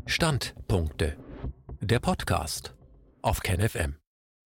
Standpunkte. Der Podcast auf KenFM.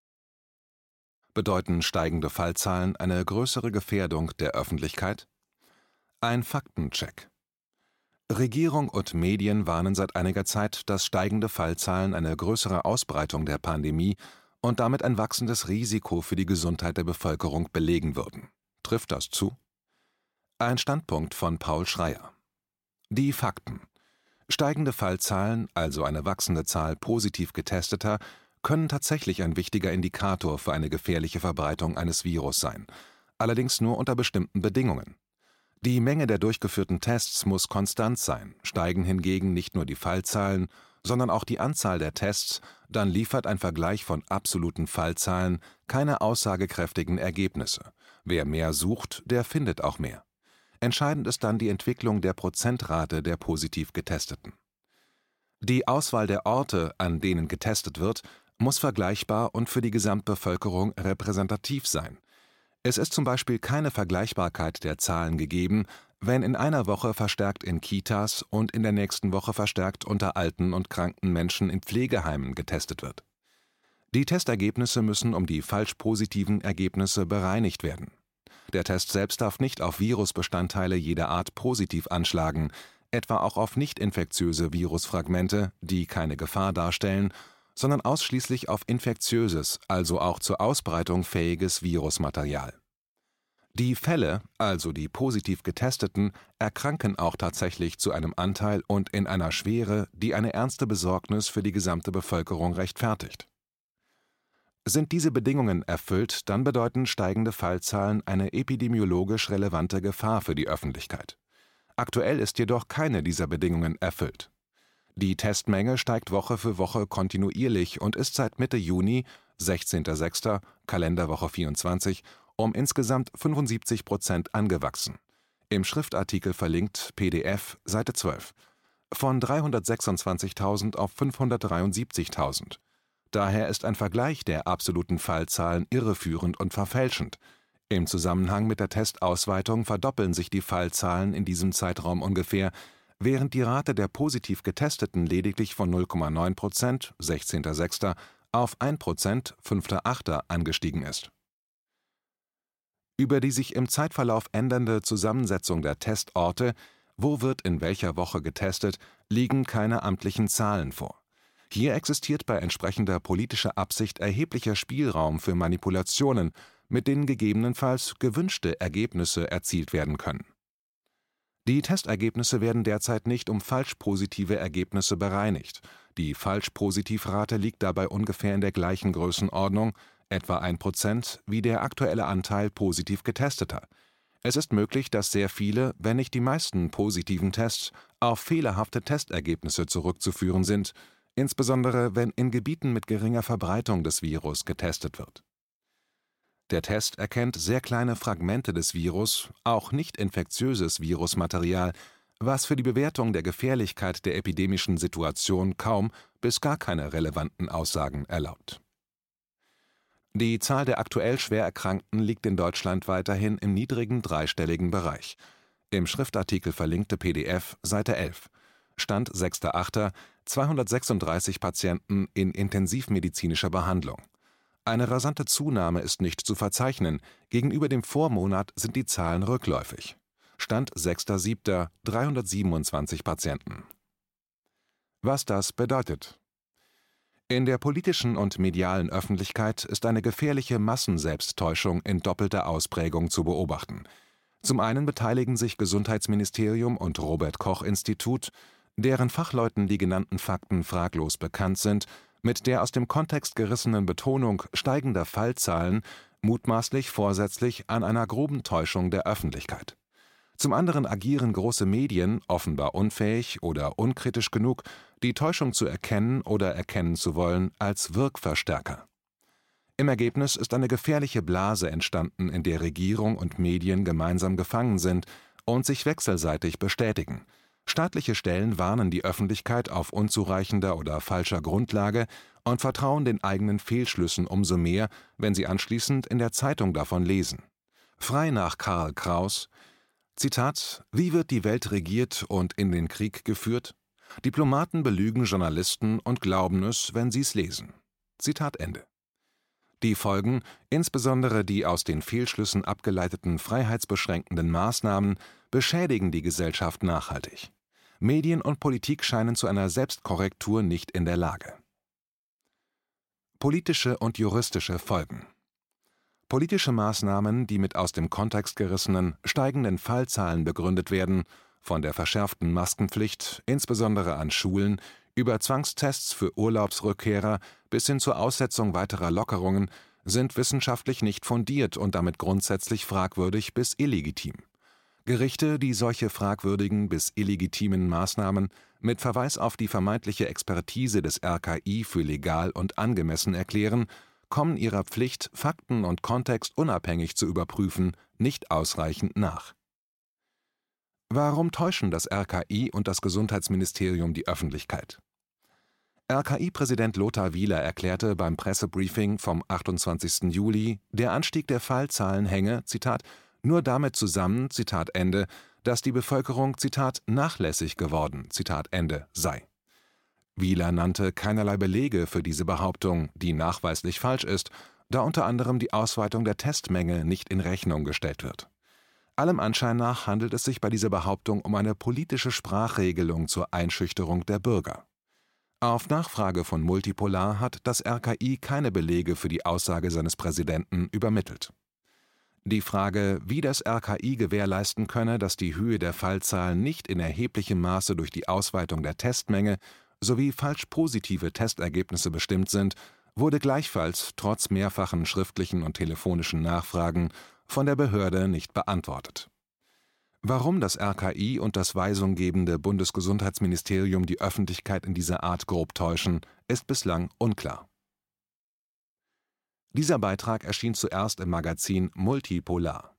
Bedeuten steigende Fallzahlen eine größere Gefährdung der Öffentlichkeit? Ein Faktencheck. Regierung und Medien warnen seit einiger Zeit, dass steigende Fallzahlen eine größere Ausbreitung der Pandemie und damit ein wachsendes Risiko für die Gesundheit der Bevölkerung belegen würden. Trifft das zu? Ein Standpunkt von Paul Schreyer. Die Fakten. Steigende Fallzahlen, also eine wachsende Zahl positiv Getesteter, können tatsächlich ein wichtiger Indikator für eine gefährliche Verbreitung eines Virus sein, allerdings nur unter bestimmten Bedingungen. Die Menge der durchgeführten Tests muss konstant sein, steigen hingegen nicht nur die Fallzahlen, sondern auch die Anzahl der Tests, dann liefert ein Vergleich von absoluten Fallzahlen keine aussagekräftigen Ergebnisse. Wer mehr sucht, der findet auch mehr. Entscheidend ist dann die Entwicklung der Prozentrate der positiv Getesteten. Die Auswahl der Orte, an denen getestet wird, muss vergleichbar und für die Gesamtbevölkerung repräsentativ sein. Es ist zum Beispiel keine Vergleichbarkeit der Zahlen gegeben, wenn in einer Woche verstärkt in Kitas und in der nächsten Woche verstärkt unter alten und kranken Menschen in Pflegeheimen getestet wird. Die Testergebnisse müssen um die falsch positiven Ergebnisse bereinigt werden. Der Test selbst darf nicht auf Virusbestandteile jeder Art positiv anschlagen, etwa auch auf nicht infektiöse Virusfragmente, die keine Gefahr darstellen, sondern ausschließlich auf infektiöses, also auch zur Ausbreitung fähiges Virusmaterial. Die Fälle, also die positiv Getesteten, erkranken auch tatsächlich zu einem Anteil und in einer Schwere, die eine ernste Besorgnis für die gesamte Bevölkerung rechtfertigt. Sind diese Bedingungen erfüllt, dann bedeuten steigende Fallzahlen eine epidemiologisch relevante Gefahr für die Öffentlichkeit. Aktuell ist jedoch keine dieser Bedingungen erfüllt. Die Testmenge steigt Woche für Woche kontinuierlich und ist seit Mitte Juni, 16.06., Kalenderwoche 24, um insgesamt 75% angewachsen. Im Schriftartikel verlinkt PDF, Seite 12. Von 326.000 auf 573.000. Daher ist ein Vergleich der absoluten Fallzahlen irreführend und verfälschend. Im Zusammenhang mit der Testausweitung verdoppeln sich die Fallzahlen in diesem Zeitraum ungefähr, während die Rate der positiv Getesteten lediglich von 0,9%, 16.06., auf 1%, 5.08., angestiegen ist. Über die sich im Zeitverlauf ändernde Zusammensetzung der Testorte, wo wird in welcher Woche getestet, liegen keine amtlichen Zahlen vor. Hier existiert bei entsprechender politischer Absicht erheblicher Spielraum für Manipulationen, mit denen gegebenenfalls gewünschte Ergebnisse erzielt werden können. Die Testergebnisse werden derzeit nicht um falsch positive Ergebnisse bereinigt. Die Falsch-Positiv-Rate liegt dabei ungefähr in der gleichen Größenordnung, etwa 1%, wie der aktuelle Anteil positiv Getesteter. Es ist möglich, dass sehr viele, wenn nicht die meisten positiven Tests auf fehlerhafte Testergebnisse zurückzuführen sind, insbesondere wenn in Gebieten mit geringer Verbreitung des Virus getestet wird. Der Test erkennt sehr kleine Fragmente des Virus, auch nicht infektiöses Virusmaterial, was für die Bewertung der Gefährlichkeit der epidemischen Situation kaum bis gar keine relevanten Aussagen erlaubt. Die Zahl der aktuell schwer Erkrankten liegt in Deutschland weiterhin im niedrigen dreistelligen Bereich. Im Schriftartikel verlinkte PDF, Seite 11. Stand 6.08. 236 Patienten in intensivmedizinischer Behandlung. Eine rasante Zunahme ist nicht zu verzeichnen, gegenüber dem Vormonat sind die Zahlen rückläufig. Stand 6.07. 327 Patienten. Was das bedeutet? In der politischen und medialen Öffentlichkeit ist eine gefährliche Massenselbsttäuschung in doppelter Ausprägung zu beobachten. Zum einen beteiligen sich Gesundheitsministerium und Robert-Koch-Institut, deren Fachleuten die genannten Fakten fraglos bekannt sind, mit der aus dem Kontext gerissenen Betonung steigender Fallzahlen mutmaßlich vorsätzlich an einer groben Täuschung der Öffentlichkeit. Zum anderen agieren große Medien, offenbar unfähig oder unkritisch genug, die Täuschung zu erkennen oder erkennen zu wollen, als Wirkverstärker. Im Ergebnis ist eine gefährliche Blase entstanden, in der Regierung und Medien gemeinsam gefangen sind und sich wechselseitig bestätigen. Staatliche Stellen warnen die Öffentlichkeit auf unzureichender oder falscher Grundlage und vertrauen den eigenen Fehlschlüssen umso mehr, wenn sie anschließend in der Zeitung davon lesen. Frei nach Karl Kraus: Zitat: Wie wird die Welt regiert und in den Krieg geführt? Diplomaten belügen Journalisten und glauben es, wenn sie es lesen. Zitat Ende. Die Folgen, insbesondere die aus den Fehlschlüssen abgeleiteten freiheitsbeschränkenden Maßnahmen, beschädigen die Gesellschaft nachhaltig. Medien und Politik scheinen zu einer Selbstkorrektur nicht in der Lage. Politische und juristische Folgen. Politische Maßnahmen, die mit aus dem Kontext gerissenen, steigenden Fallzahlen begründet werden, von der verschärften Maskenpflicht, insbesondere an Schulen, über Zwangstests für Urlaubsrückkehrer bis hin zur Aussetzung weiterer Lockerungen, sind wissenschaftlich nicht fundiert und damit grundsätzlich fragwürdig bis illegitim. Gerichte, die solche fragwürdigen bis illegitimen Maßnahmen mit Verweis auf die vermeintliche Expertise des RKI für legal und angemessen erklären, kommen ihrer Pflicht, Fakten und Kontext unabhängig zu überprüfen, nicht ausreichend nach. Warum täuschen das RKI und das Gesundheitsministerium die Öffentlichkeit? RKI-Präsident Lothar Wieler erklärte beim Pressebriefing vom 28. Juli, der Anstieg der Fallzahlen hänge, Zitat, nur damit zusammen, Zitat Ende, dass die Bevölkerung, Zitat, nachlässig geworden, Zitat Ende, sei. Wieler nannte keinerlei Belege für diese Behauptung, die nachweislich falsch ist, da unter anderem die Ausweitung der Testmenge nicht in Rechnung gestellt wird. Allem Anschein nach handelt es sich bei dieser Behauptung um eine politische Sprachregelung zur Einschüchterung der Bürger. Auf Nachfrage von Multipolar hat das RKI keine Belege für die Aussage seines Präsidenten übermittelt. Die Frage, wie das RKI gewährleisten könne, dass die Höhe der Fallzahlen nicht in erheblichem Maße durch die Ausweitung der Testmenge sowie falsch positive Testergebnisse bestimmt sind, wurde gleichfalls trotz mehrfachen schriftlichen und telefonischen Nachfragen von der Behörde nicht beantwortet. Warum das RKI und das weisunggebende Bundesgesundheitsministerium die Öffentlichkeit in dieser Art grob täuschen, ist bislang unklar. Dieser Beitrag erschien zuerst im Magazin Multipolar.